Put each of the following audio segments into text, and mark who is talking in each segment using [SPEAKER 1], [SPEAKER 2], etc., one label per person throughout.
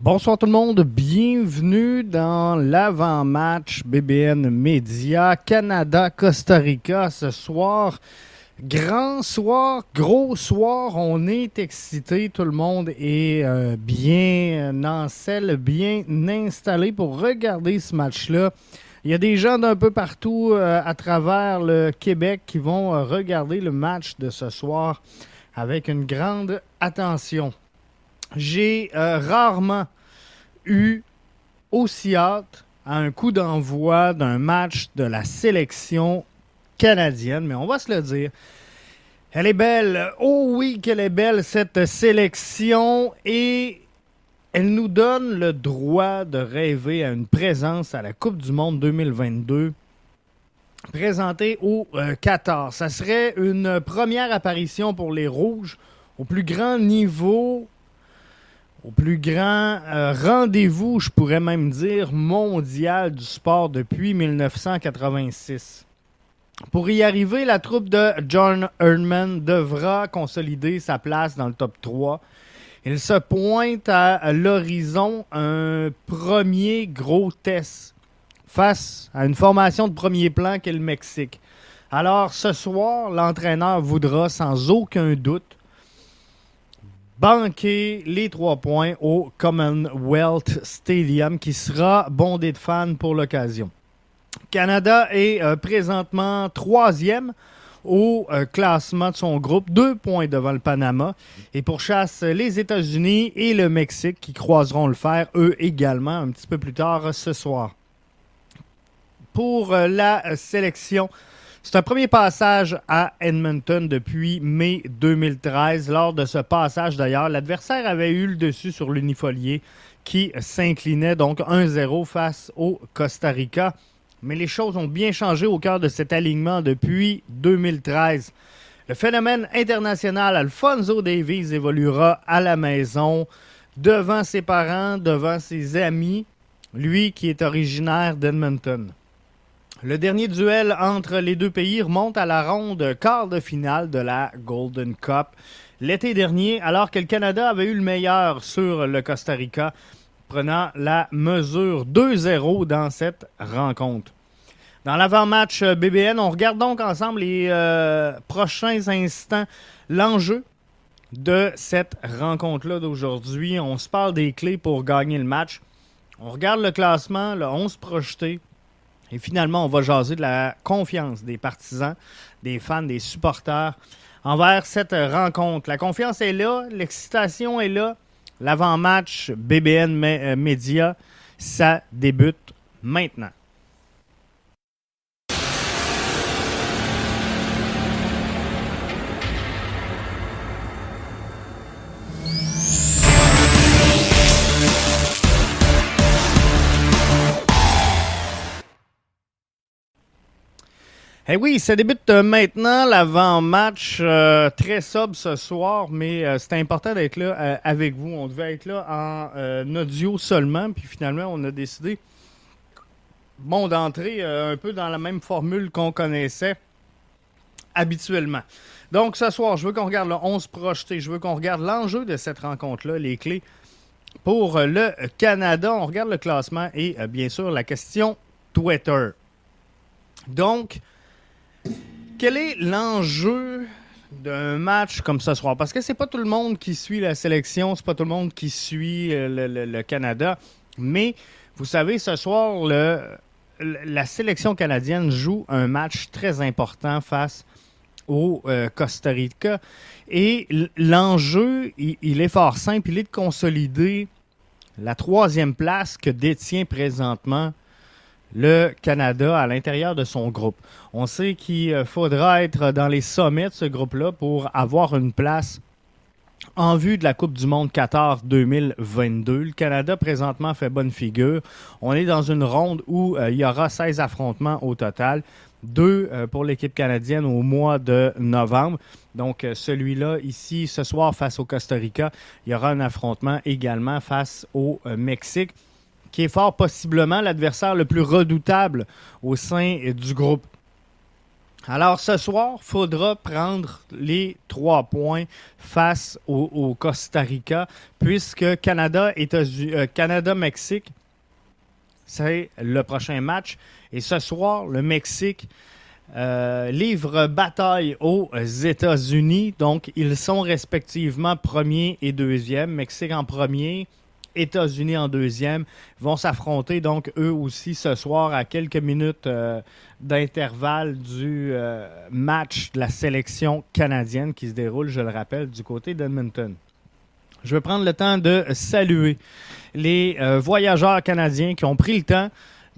[SPEAKER 1] Bonsoir tout le monde, bienvenue dans l'avant-match BBN Média Canada-Costa Rica ce soir. Grand soir, gros soir, on est excité, tout le monde est bien en selle, bien installé pour regarder ce match-là. Il y a des gens d'un peu partout à travers le Québec qui vont regarder le match de ce soir avec une grande attention. J'ai rarement eu aussi hâte à un coup d'envoi d'un match de la sélection canadienne, mais on va se le dire. Elle est belle. Oh oui, qu'elle est belle, cette sélection, et elle nous donne le droit de rêver à une présence à la Coupe du Monde 2022 présentée au Qatar. Ça serait une première apparition pour les Rouges au plus grand niveau, au plus grand rendez-vous, je pourrais même dire, mondial du sport depuis 1986. Pour y arriver, la troupe de John Herdman devra consolider sa place dans le top 3. Il se pointe à l'horizon un premier gros test face à une formation de premier plan qu'est le Mexique. Alors ce soir, l'entraîneur voudra sans aucun doute banquer les 3 points au Commonwealth Stadium qui sera bondé de fans pour l'occasion. Canada est présentement 3e au classement de son groupe, 2 points devant le Panama, et pourchasse les États-Unis et le Mexique qui croiseront le fer, eux également, un petit peu plus tard ce soir. Pour la sélection, c'est un premier passage à Edmonton depuis mai 2013. Lors de ce passage, d'ailleurs, l'adversaire avait eu le dessus sur l'unifolié qui s'inclinait donc 1-0 face au Costa Rica. Mais les choses ont bien changé au cœur de cet alignement depuis 2013. Le phénomène international Alphonso Davies évoluera à la maison, devant ses parents, devant ses amis, lui qui est originaire d'Edmonton. Le dernier duel entre les deux pays remonte à la ronde quart de finale de la Golden Cup l'été dernier, alors que le Canada avait eu le meilleur sur le Costa Rica, prenant la mesure 2-0 dans cette rencontre. Dans l'avant-match BBN, on regarde donc ensemble les prochains instants, l'enjeu de cette rencontre-là d'aujourd'hui. On se parle des clés pour gagner le match. On regarde le classement, le 11 projeté. Et finalement, on va jaser de la confiance des partisans, des fans, des supporters envers cette rencontre. La confiance est là, l'excitation est là. L'avant-match BBN Média, ça débute maintenant. Eh oui, ça débute maintenant, l'avant-match, très sobre ce soir, mais c'était important d'être là avec vous. On devait être là en audio seulement, puis finalement, on a décidé d'entrer un peu dans la même formule qu'on connaissait habituellement. Donc ce soir, je veux qu'on regarde le 11 projeté, je veux qu'on regarde l'enjeu de cette rencontre-là, les clés pour le Canada. On regarde le classement et bien sûr la question Twitter. Donc, quel est l'enjeu d'un match comme ce soir? Parce que c'est pas tout le monde qui suit la sélection, c'est pas tout le monde qui suit le Canada. Mais, vous savez, ce soir, la sélection canadienne joue un match très important face au Costa Rica. Et l'enjeu, il est fort simple. Il est de consolider la 3e place que détient présentement le Canada à l'intérieur de son groupe. On sait qu'il faudra être dans les sommets de ce groupe-là pour avoir une place en vue de la Coupe du Monde Qatar 2022. Le Canada, présentement, fait bonne figure. On est dans une ronde où il y aura 16 affrontements au total. 2 pour l'équipe canadienne au mois de novembre. Donc, celui-là, ici, ce soir, face au Costa Rica, il y aura un affrontement également face au Mexique, qui est fort possiblement l'adversaire le plus redoutable au sein du groupe. Alors, ce soir, il faudra prendre les 3 points face au Costa Rica, puisque Canada-Mexique, c'est le prochain match. Et ce soir, le Mexique livre bataille aux États-Unis. Donc, ils sont respectivement premier et deuxième. Mexique en premier, États-Unis en deuxième. Vont s'affronter donc eux aussi ce soir à quelques minutes d'intervalle du match de la sélection canadienne qui se déroule, je le rappelle, du côté d'Edmonton. Je vais prendre le temps de saluer les voyageurs canadiens qui ont pris le temps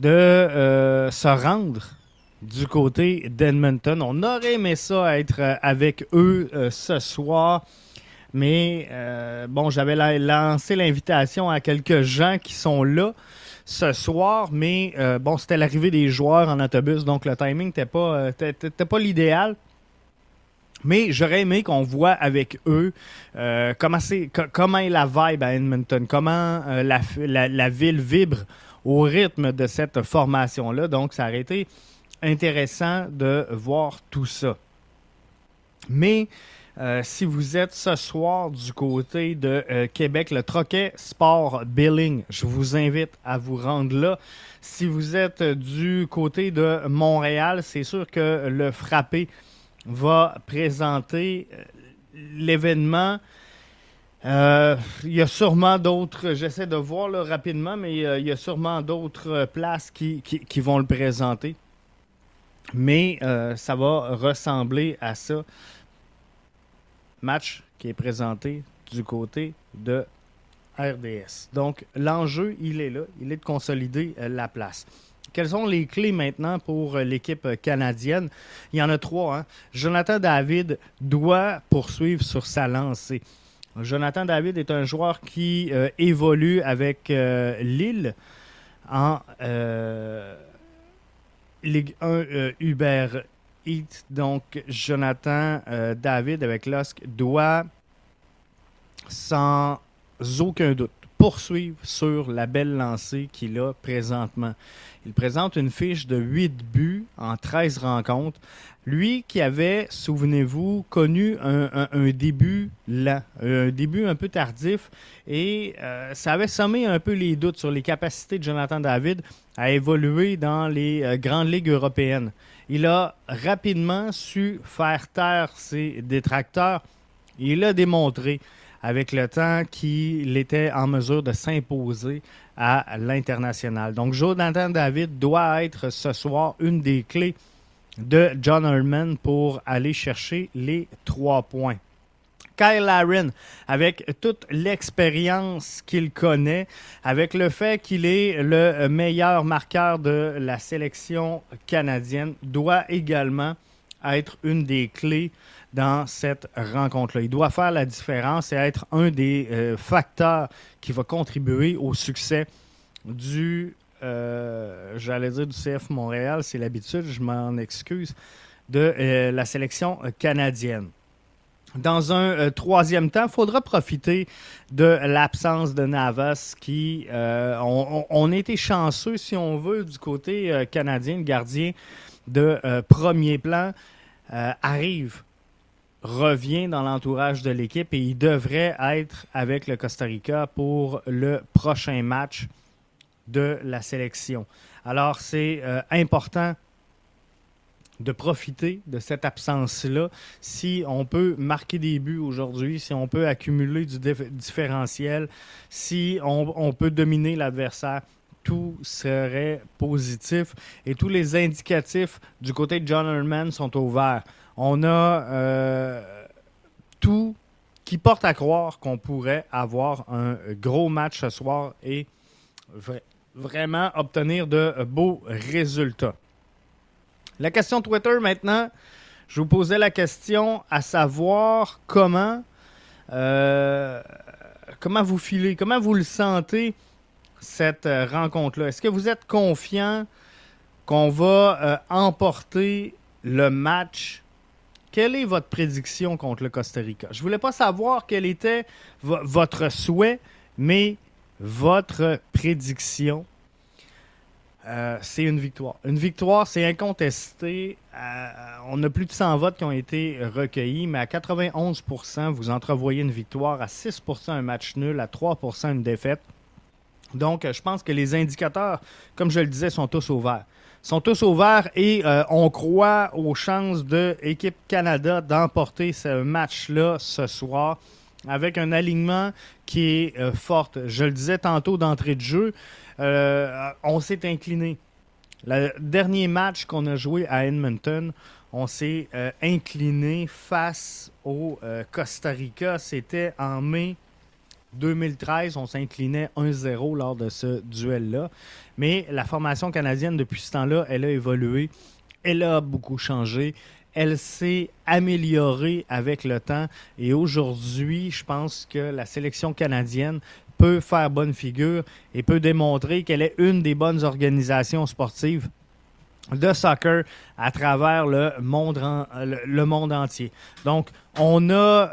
[SPEAKER 1] de se rendre du côté d'Edmonton. On aurait aimé ça être avec eux ce soir, mais bon, j'avais lancé l'invitation à quelques gens qui sont là ce soir, mais bon, c'était l'arrivée des joueurs en autobus, donc le timing n'était pas l'idéal. Mais j'aurais aimé qu'on voit avec eux comment est la vibe à Edmonton, comment la ville vibre au rythme de cette formation-là. Donc, ça aurait été intéressant de voir tout ça. Mais si vous êtes ce soir du côté de Québec, le Troquet Sport Billing, je vous invite à vous rendre là. Si vous êtes du côté de Montréal, c'est sûr que le Frappé va présenter l'événement. Il y a sûrement d'autres, j'essaie de voir là, rapidement, mais il y a sûrement d'autres places qui vont le présenter. Mais ça va ressembler à ça. Match qui est présenté du côté de RDS. Donc, l'enjeu, il est là. Il est de consolider la place. Quelles sont les clés maintenant pour l'équipe canadienne? Il y en a 3. Hein? Jonathan David doit poursuivre sur sa lancée. Jonathan David est un joueur qui évolue avec Lille en Ligue 1 Uber Eats. Donc, Jonathan David avec LOSC doit, sans aucun doute, poursuivre sur la belle lancée qu'il a présentement. Il présente une fiche de 8 buts en 13 rencontres. Lui qui avait, souvenez-vous, connu un début lent, un début un peu tardif, et ça avait semé un peu les doutes sur les capacités de Jonathan David à évoluer dans les grandes ligues européennes. Il a rapidement su faire taire ses détracteurs. Il a démontré avec le temps qu'il était en mesure de s'imposer à l'international. Donc, Jonathan David doit être ce soir une des clés de John Herdman pour aller chercher les 3 points. Kyle Larin, avec toute l'expérience qu'il connaît, avec le fait qu'il est le meilleur marqueur de la sélection canadienne, doit également être une des clés dans cette rencontre-là. Il doit faire la différence et être un des facteurs qui va contribuer au succès du CF Montréal, c'est l'habitude, je m'en excuse, de la sélection canadienne. Dans un troisième temps, il faudra profiter de l'absence de Navas qui on a été chanceux, si on veut, du côté canadien, le gardien de premier plan revient dans l'entourage de l'équipe et il devrait être avec le Costa Rica pour le prochain match de la sélection. Alors, c'est important de profiter de cette absence-là. Si on peut marquer des buts aujourd'hui, si on peut accumuler du différentiel, si on peut dominer l'adversaire, tout serait positif et tous les indicatifs du côté de John Herdman sont ouverts. On a tout qui porte à croire qu'on pourrait avoir un gros match ce soir et vraiment obtenir de beaux résultats. La question Twitter maintenant, je vous posais la question à savoir comment vous filez, comment vous le sentez cette rencontre-là. Est-ce que vous êtes confiant qu'on va emporter le match? Quelle est votre prédiction contre le Costa Rica? Je ne voulais pas savoir quel était votre souhait, mais votre prédiction. c'est une victoire. Une victoire, c'est incontesté. On a plus de 100 votes qui ont été recueillis, mais à 91%, vous entrevoyez une victoire, à 6% un match nul, à 3% une défaite. Donc, je pense que les indicateurs, comme je le disais, sont tous au vert. Sont tous au vert et on croit aux chances de l'équipe Canada d'emporter ce match-là ce soir avec un alignement qui est fort. Je le disais tantôt d'entrée de jeu, on s'est incliné. Le dernier match qu'on a joué à Edmonton, on s'est incliné face au Costa Rica. C'était en mai 2013. On s'inclinait 1-0 lors de ce duel-là. Mais la formation canadienne, depuis ce temps-là, elle a évolué. Elle a beaucoup changé. Elle s'est améliorée avec le temps. Et aujourd'hui, je pense que la sélection canadienne peut faire bonne figure et peut démontrer qu'elle est une des bonnes organisations sportives de soccer à travers le monde entier. Donc, on a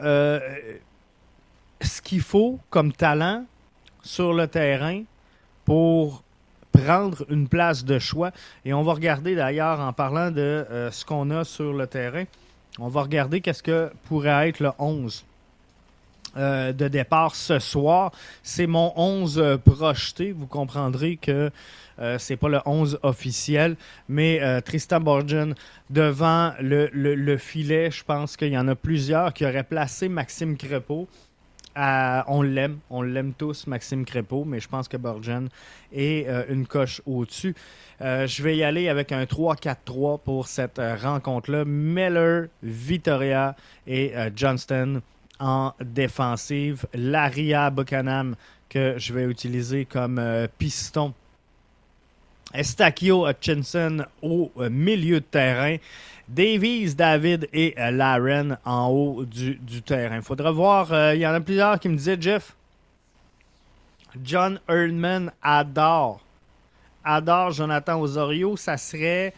[SPEAKER 1] ce qu'il faut comme talent sur le terrain pour prendre une place de choix. Et on va regarder d'ailleurs, en parlant de ce qu'on a sur le terrain, on va regarder qu'est-ce que pourrait être le 11 de départ ce soir. C'est mon 11 projeté. Vous comprendrez que c'est pas le 11 officiel, mais Tristan Borgen devant le filet, je pense qu'il y en a plusieurs qui auraient placé Maxime Crépeau. On l'aime tous, Maxime Crépeau, mais je pense que Borgen est une coche au-dessus. Je vais y aller avec un 3-4-3 pour cette rencontre-là. Miller, Vitoria et Johnston en défensive. Laria Buchanan que je vais utiliser comme piston. Estaquio Hutchinson au milieu de terrain. Davies, David et Laren en haut du terrain. Il faudra voir, il y en a plusieurs qui me disaient, Jeff, John Erdman adore Jonathan Osorio. Ça serait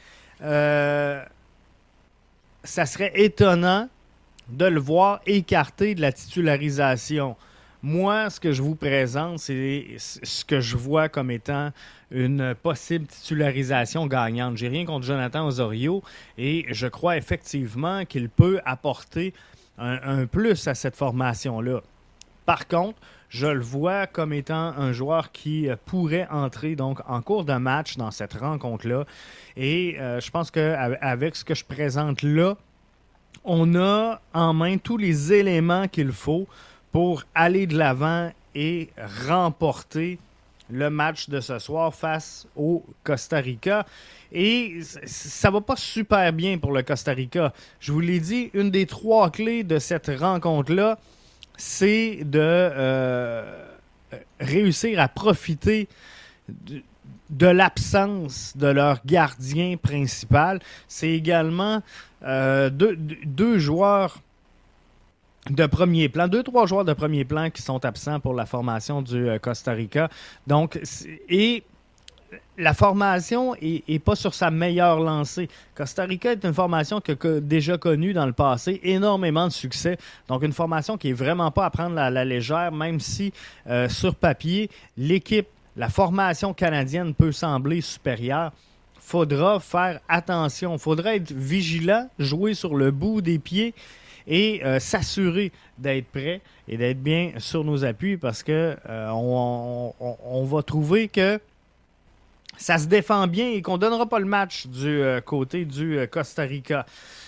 [SPEAKER 1] étonnant de le voir écarté de la titularisation. Moi, ce que je vous présente, c'est ce que je vois comme étant une possible titularisation gagnante. J'ai rien contre Jonathan Osorio et je crois effectivement qu'il peut apporter un plus à cette formation-là. Par contre, je le vois comme étant un joueur qui pourrait entrer donc en cours de match dans cette rencontre-là. Et je pense qu'avec ce que je présente là, on a en main tous les éléments qu'il faut pour aller de l'avant et remporter le match de ce soir face au Costa Rica. Et ça va pas super bien pour le Costa Rica. Je vous l'ai dit, une des 3 clés de cette rencontre-là, c'est de réussir à profiter de l'absence de leur gardien principal. C'est également deux joueurs de premier plan, 2-3 joueurs de premier plan qui sont absents pour la formation du Costa Rica. Donc, et la formation est pas sur sa meilleure lancée. Costa Rica est une formation qui a déjà connue dans le passé énormément de succès. Donc, une formation qui est vraiment pas à prendre à la légère, même si sur papier, la formation canadienne peut sembler supérieure. Faudra faire attention. Faudra être vigilant, jouer sur le bout des pieds et s'assurer d'être prêt et d'être bien sur nos appuis parce que on va trouver que ça se défend bien et qu'on ne donnera pas le match du côté du Costa Rica.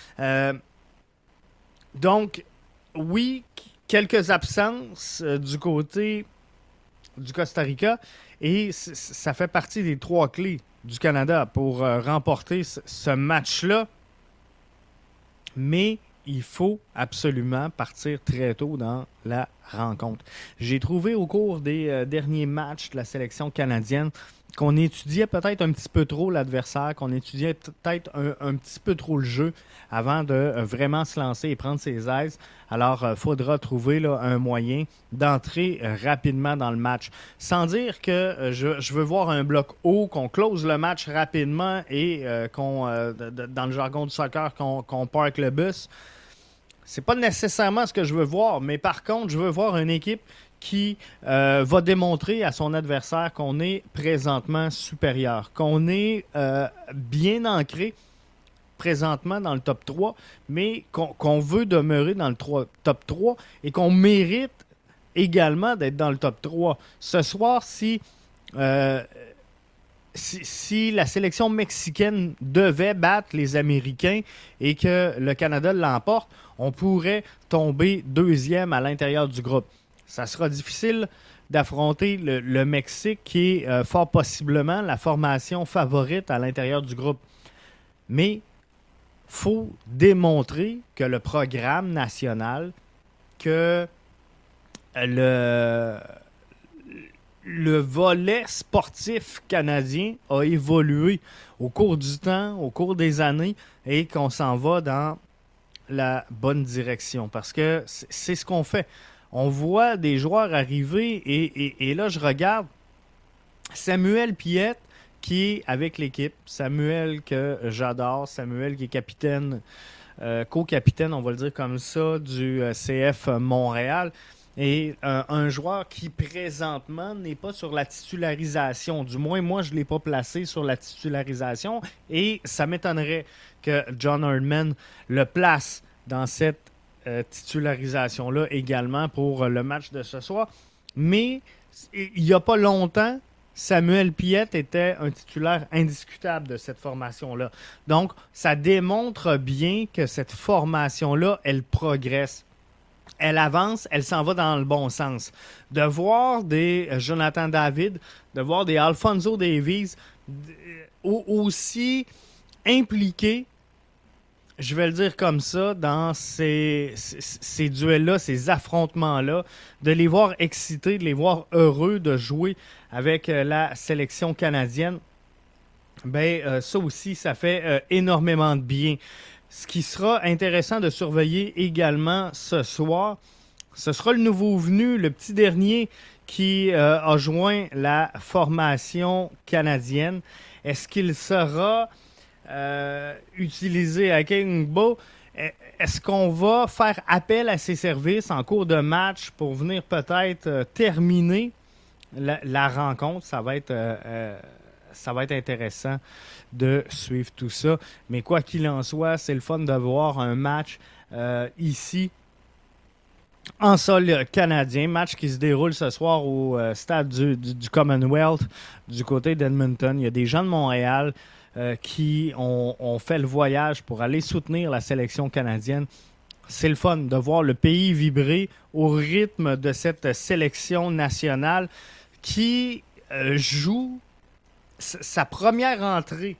[SPEAKER 1] Donc, oui, quelques absences du côté du Costa Rica et ça fait partie des 3 clés du Canada pour remporter ce match-là. Mais il faut absolument partir très tôt dans la rencontre. J'ai trouvé au cours des derniers matchs de la sélection canadienne qu'on étudiait peut-être un petit peu trop l'adversaire, qu'on étudiait peut-être un petit peu trop le jeu avant de vraiment se lancer et prendre ses aises. Alors, il faudra trouver là, un moyen d'entrer rapidement dans le match. Sans dire que je veux voir un bloc haut, qu'on close le match rapidement et dans le jargon du soccer, qu'on parque le bus. C'est pas nécessairement ce que je veux voir, mais par contre, je veux voir une équipe qui va démontrer à son adversaire qu'on est présentement supérieur, qu'on est bien ancré présentement dans le top 3, mais qu'on veut demeurer dans le top 3 et qu'on mérite également d'être dans le top 3. Ce soir, si la sélection mexicaine devait battre les Américains et que le Canada l'emporte, on pourrait tomber deuxième à l'intérieur du groupe. Ça sera difficile d'affronter le Mexique qui est fort possiblement la formation favorite à l'intérieur du groupe. Mais faut démontrer que le programme national, que le volet sportif canadien a évolué au cours du temps, au cours des années, et qu'on s'en va dans la bonne direction. Parce que c'est ce qu'on fait. On voit des joueurs arriver, et là, je regarde Samuel Piette, qui est avec l'équipe. Samuel que j'adore. Samuel qui est capitaine, co-capitaine, on va le dire comme ça, du CF Montréal. Et un joueur qui, présentement, n'est pas sur la titularisation. Du moins, moi, je ne l'ai pas placé sur la titularisation. Et ça m'étonnerait que John Herdman le place dans cette titularisation-là également pour le match de ce soir. Mais il n'y a pas longtemps, Samuel Piette était un titulaire indiscutable de cette formation-là. Donc, ça démontre bien que cette formation-là, elle progresse. Elle avance, elle s'en va dans le bon sens. De voir des Jonathan David, de voir des Alphonso Davies aussi impliqués, je vais le dire comme ça, dans ces duels-là, ces affrontements-là, de les voir excités, de les voir heureux de jouer avec la sélection canadienne, ça aussi, ça fait énormément de bien. Ce qui sera intéressant de surveiller également ce soir, ce sera le nouveau venu, le petit dernier qui a joint la formation canadienne. Est-ce qu'il sera utilisé à Kingbo? Est-ce qu'on va faire appel à ses services en cours de match pour venir peut-être terminer la rencontre? Ça va être intéressant de suivre tout ça. Mais quoi qu'il en soit, c'est le fun de voir un match ici en sol canadien. Match qui se déroule ce soir au stade du Commonwealth du côté d'Edmonton. Il y a des gens de Montréal qui ont fait le voyage pour aller soutenir la sélection canadienne. C'est le fun de voir le pays vibrer au rythme de cette sélection nationale qui joue sa première entrée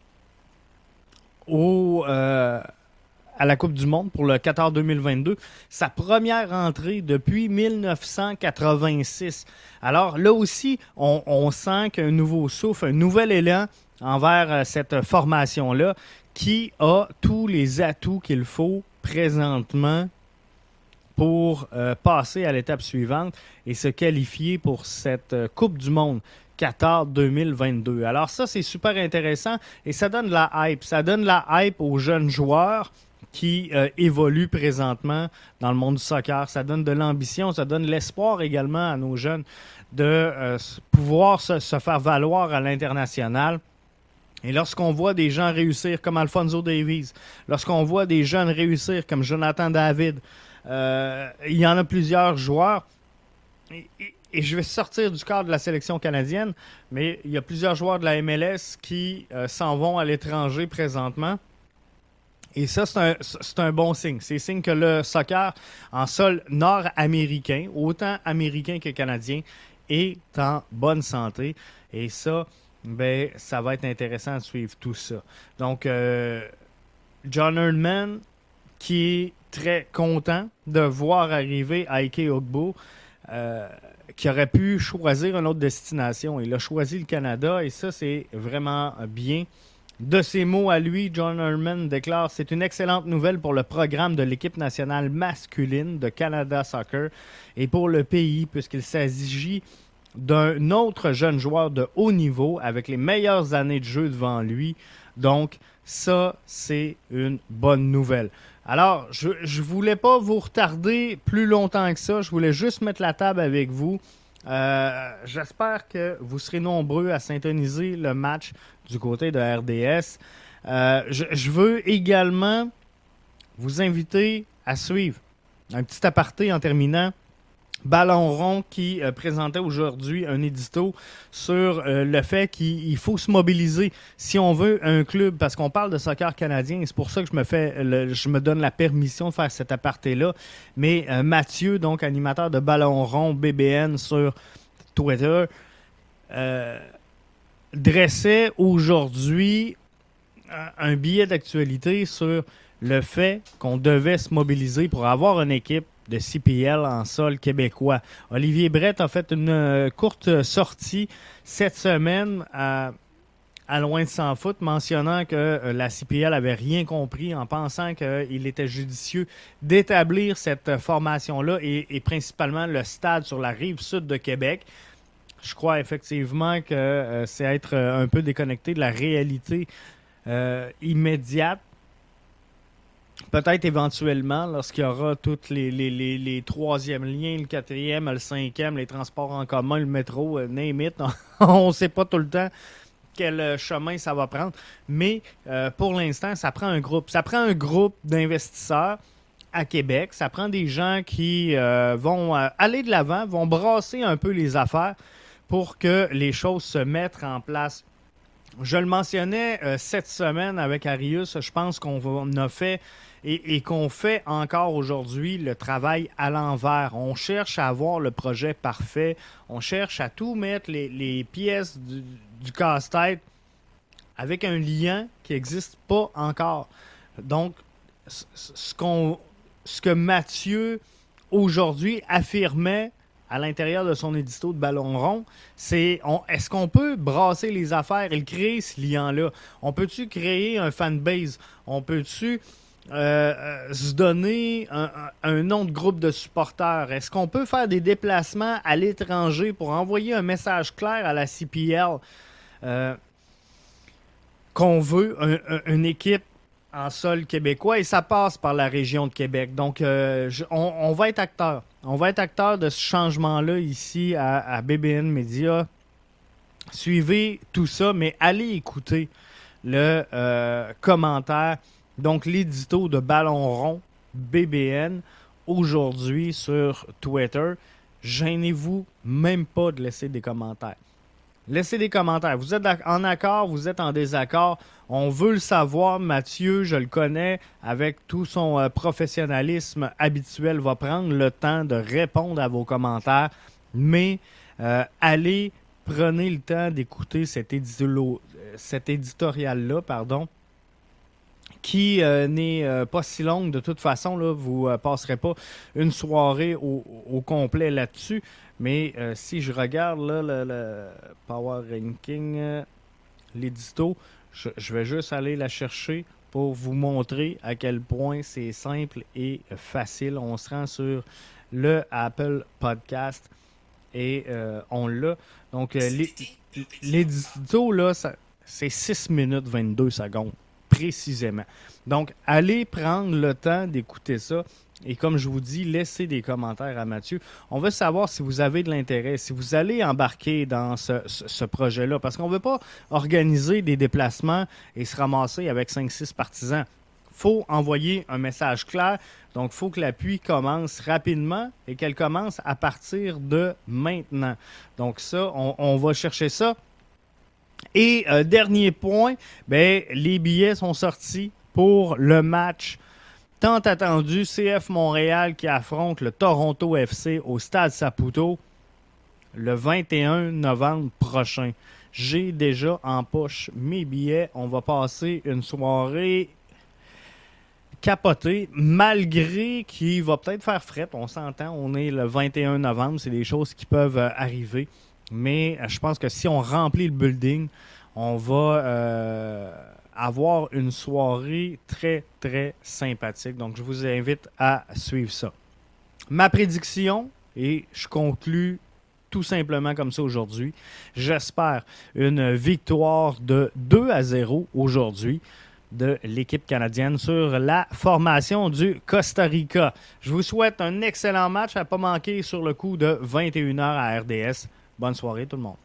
[SPEAKER 1] à la Coupe du Monde pour le Qatar 2022, sa première entrée depuis 1986. Alors là aussi, on sent qu'un nouveau souffle, un nouvel élan envers cette formation-là qui a tous les atouts qu'il faut présentement pour passer à l'étape suivante et se qualifier pour cette Coupe du Monde Qatar 2022. Alors ça, c'est super intéressant et ça donne de la hype. Ça donne de la hype aux jeunes joueurs qui évoluent présentement dans le monde du soccer. Ça donne de l'ambition, ça donne l'espoir également à nos jeunes de pouvoir se faire valoir à l'international. Et lorsqu'on voit des gens réussir comme Alphonso Davies, lorsqu'on voit des jeunes réussir comme Jonathan David, il y en a plusieurs joueurs, et je vais sortir du cadre de la sélection canadienne, mais il y a plusieurs joueurs de la MLS qui s'en vont à l'étranger présentement. Et ça, c'est un bon signe. C'est signe que le soccer en sol nord-américain, autant américain que canadien, est en bonne santé. Et ça, ça va être intéressant de suivre tout ça. Donc, John Herdman, qui est très content de voir arriver Ike Ogbo, qui aurait pu choisir une autre destination. Il a choisi le Canada et ça, c'est vraiment bien. De ses mots à lui, John Herdman déclare « C'est une excellente nouvelle pour le programme de l'équipe nationale masculine de Canada Soccer et pour le pays puisqu'il s'agit d'un autre jeune joueur de haut niveau avec les meilleures années de jeu devant lui. Donc, ça, c'est une bonne nouvelle. » Alors, je voulais pas vous retarder plus longtemps que ça. Je voulais juste mettre la table avec vous. J'espère que vous serez nombreux à syntoniser le match du côté de RDS. Je veux également vous inviter à suivre un petit aparté en terminant. Ballon rond qui présentait aujourd'hui un édito sur le fait qu'il faut se mobiliser si on veut un club, parce qu'on parle de soccer canadien, et c'est pour ça que je me donne la permission de faire cet aparté-là. Mais Mathieu, donc animateur de Ballon rond BBN sur Twitter, dressait aujourd'hui un billet d'actualité sur le fait qu'on devait se mobiliser pour avoir une équipe de CPL en sol québécois. Olivier Brett a fait une courte sortie cette semaine à Loin de s'en foutre, mentionnant que la CPL avait rien compris en pensant qu'il était judicieux d'établir cette formation-là et principalement le stade sur la rive sud de Québec. Je crois effectivement que c'est être un peu déconnecté de la réalité immédiate. Peut-être éventuellement, lorsqu'il y aura tous les troisièmes liens, le quatrième, le cinquième, les transports en commun, le métro, name it, on ne sait pas tout le temps quel chemin ça va prendre. Mais pour l'instant, ça prend un groupe. Ça prend un groupe d'investisseurs à Québec. Ça prend des gens qui vont aller de l'avant, vont brasser un peu les affaires pour que les choses se mettent en place. Je le mentionnais cette semaine avec Arius, je pense qu'on a fait et qu'on fait encore aujourd'hui le travail à l'envers. On cherche à avoir le projet parfait, on cherche à tout mettre les pièces du casse-tête avec un lien qui n'existe pas encore. Donc, ce que Mathieu aujourd'hui affirmait à l'intérieur de son édito de Ballon rond, c'est est-ce qu'on peut brasser les affaires et créer ce lien-là? On peut-tu créer un fanbase? On peut-tu se donner un nom de groupe de supporters? Est-ce qu'on peut faire des déplacements à l'étranger pour envoyer un message clair à la CPL qu'on veut une équipe en sol québécois et ça passe par la région de Québec. Donc, on va être acteurs. On va être acteurs de ce changement-là ici à BBN Media. Suivez tout ça, mais allez écouter le commentaire, donc l'édito de Ballon rond BBN aujourd'hui sur Twitter. Gênez-vous même pas de laisser des commentaires. Laissez des commentaires. Vous êtes en accord, vous êtes en désaccord. On veut le savoir. Mathieu, je le connais, avec tout son professionnalisme habituel, va prendre le temps de répondre à vos commentaires. Mais allez, prenez le temps d'écouter cet éditorial-là, qui n'est pas si longue de toute façon. Là, vous ne passerez pas une soirée au complet là-dessus. Mais si je regarde là, le Power Ranking, l'édito, je vais juste aller la chercher pour vous montrer à quel point c'est simple et facile. On se rend sur le Apple Podcast et on l'a. Donc, l'édito, là, c'est 6 minutes 22 secondes, précisément. Donc, allez prendre le temps d'écouter ça. Et comme je vous dis, laissez des commentaires à Mathieu. On veut savoir si vous avez de l'intérêt, si vous allez embarquer dans ce projet-là. Parce qu'on ne veut pas organiser des déplacements et se ramasser avec 5-6 partisans. Il faut envoyer un message clair. Donc, il faut que l'appui commence rapidement et qu'elle commence à partir de maintenant. Donc ça, on va chercher ça. Et dernier point, les billets sont sortis pour le match tant attendu, CF Montréal qui affronte le Toronto FC au Stade Saputo le 21 novembre prochain. J'ai déjà en poche mes billets. On va passer une soirée capotée, malgré qu'il va peut-être faire fret. On s'entend, on est le 21 novembre, c'est des choses qui peuvent arriver. Mais je pense que si on remplit le building, on va avoir une soirée très, très sympathique. Donc, je vous invite à suivre ça. Ma prédiction, et je conclus tout simplement comme ça aujourd'hui, j'espère une victoire de 2-0 aujourd'hui. de l'équipe canadienne sur la formation du Costa Rica. Je vous souhaite un excellent match à ne pas manquer sur le coup de 21h à RDS. Bonne soirée tout le monde.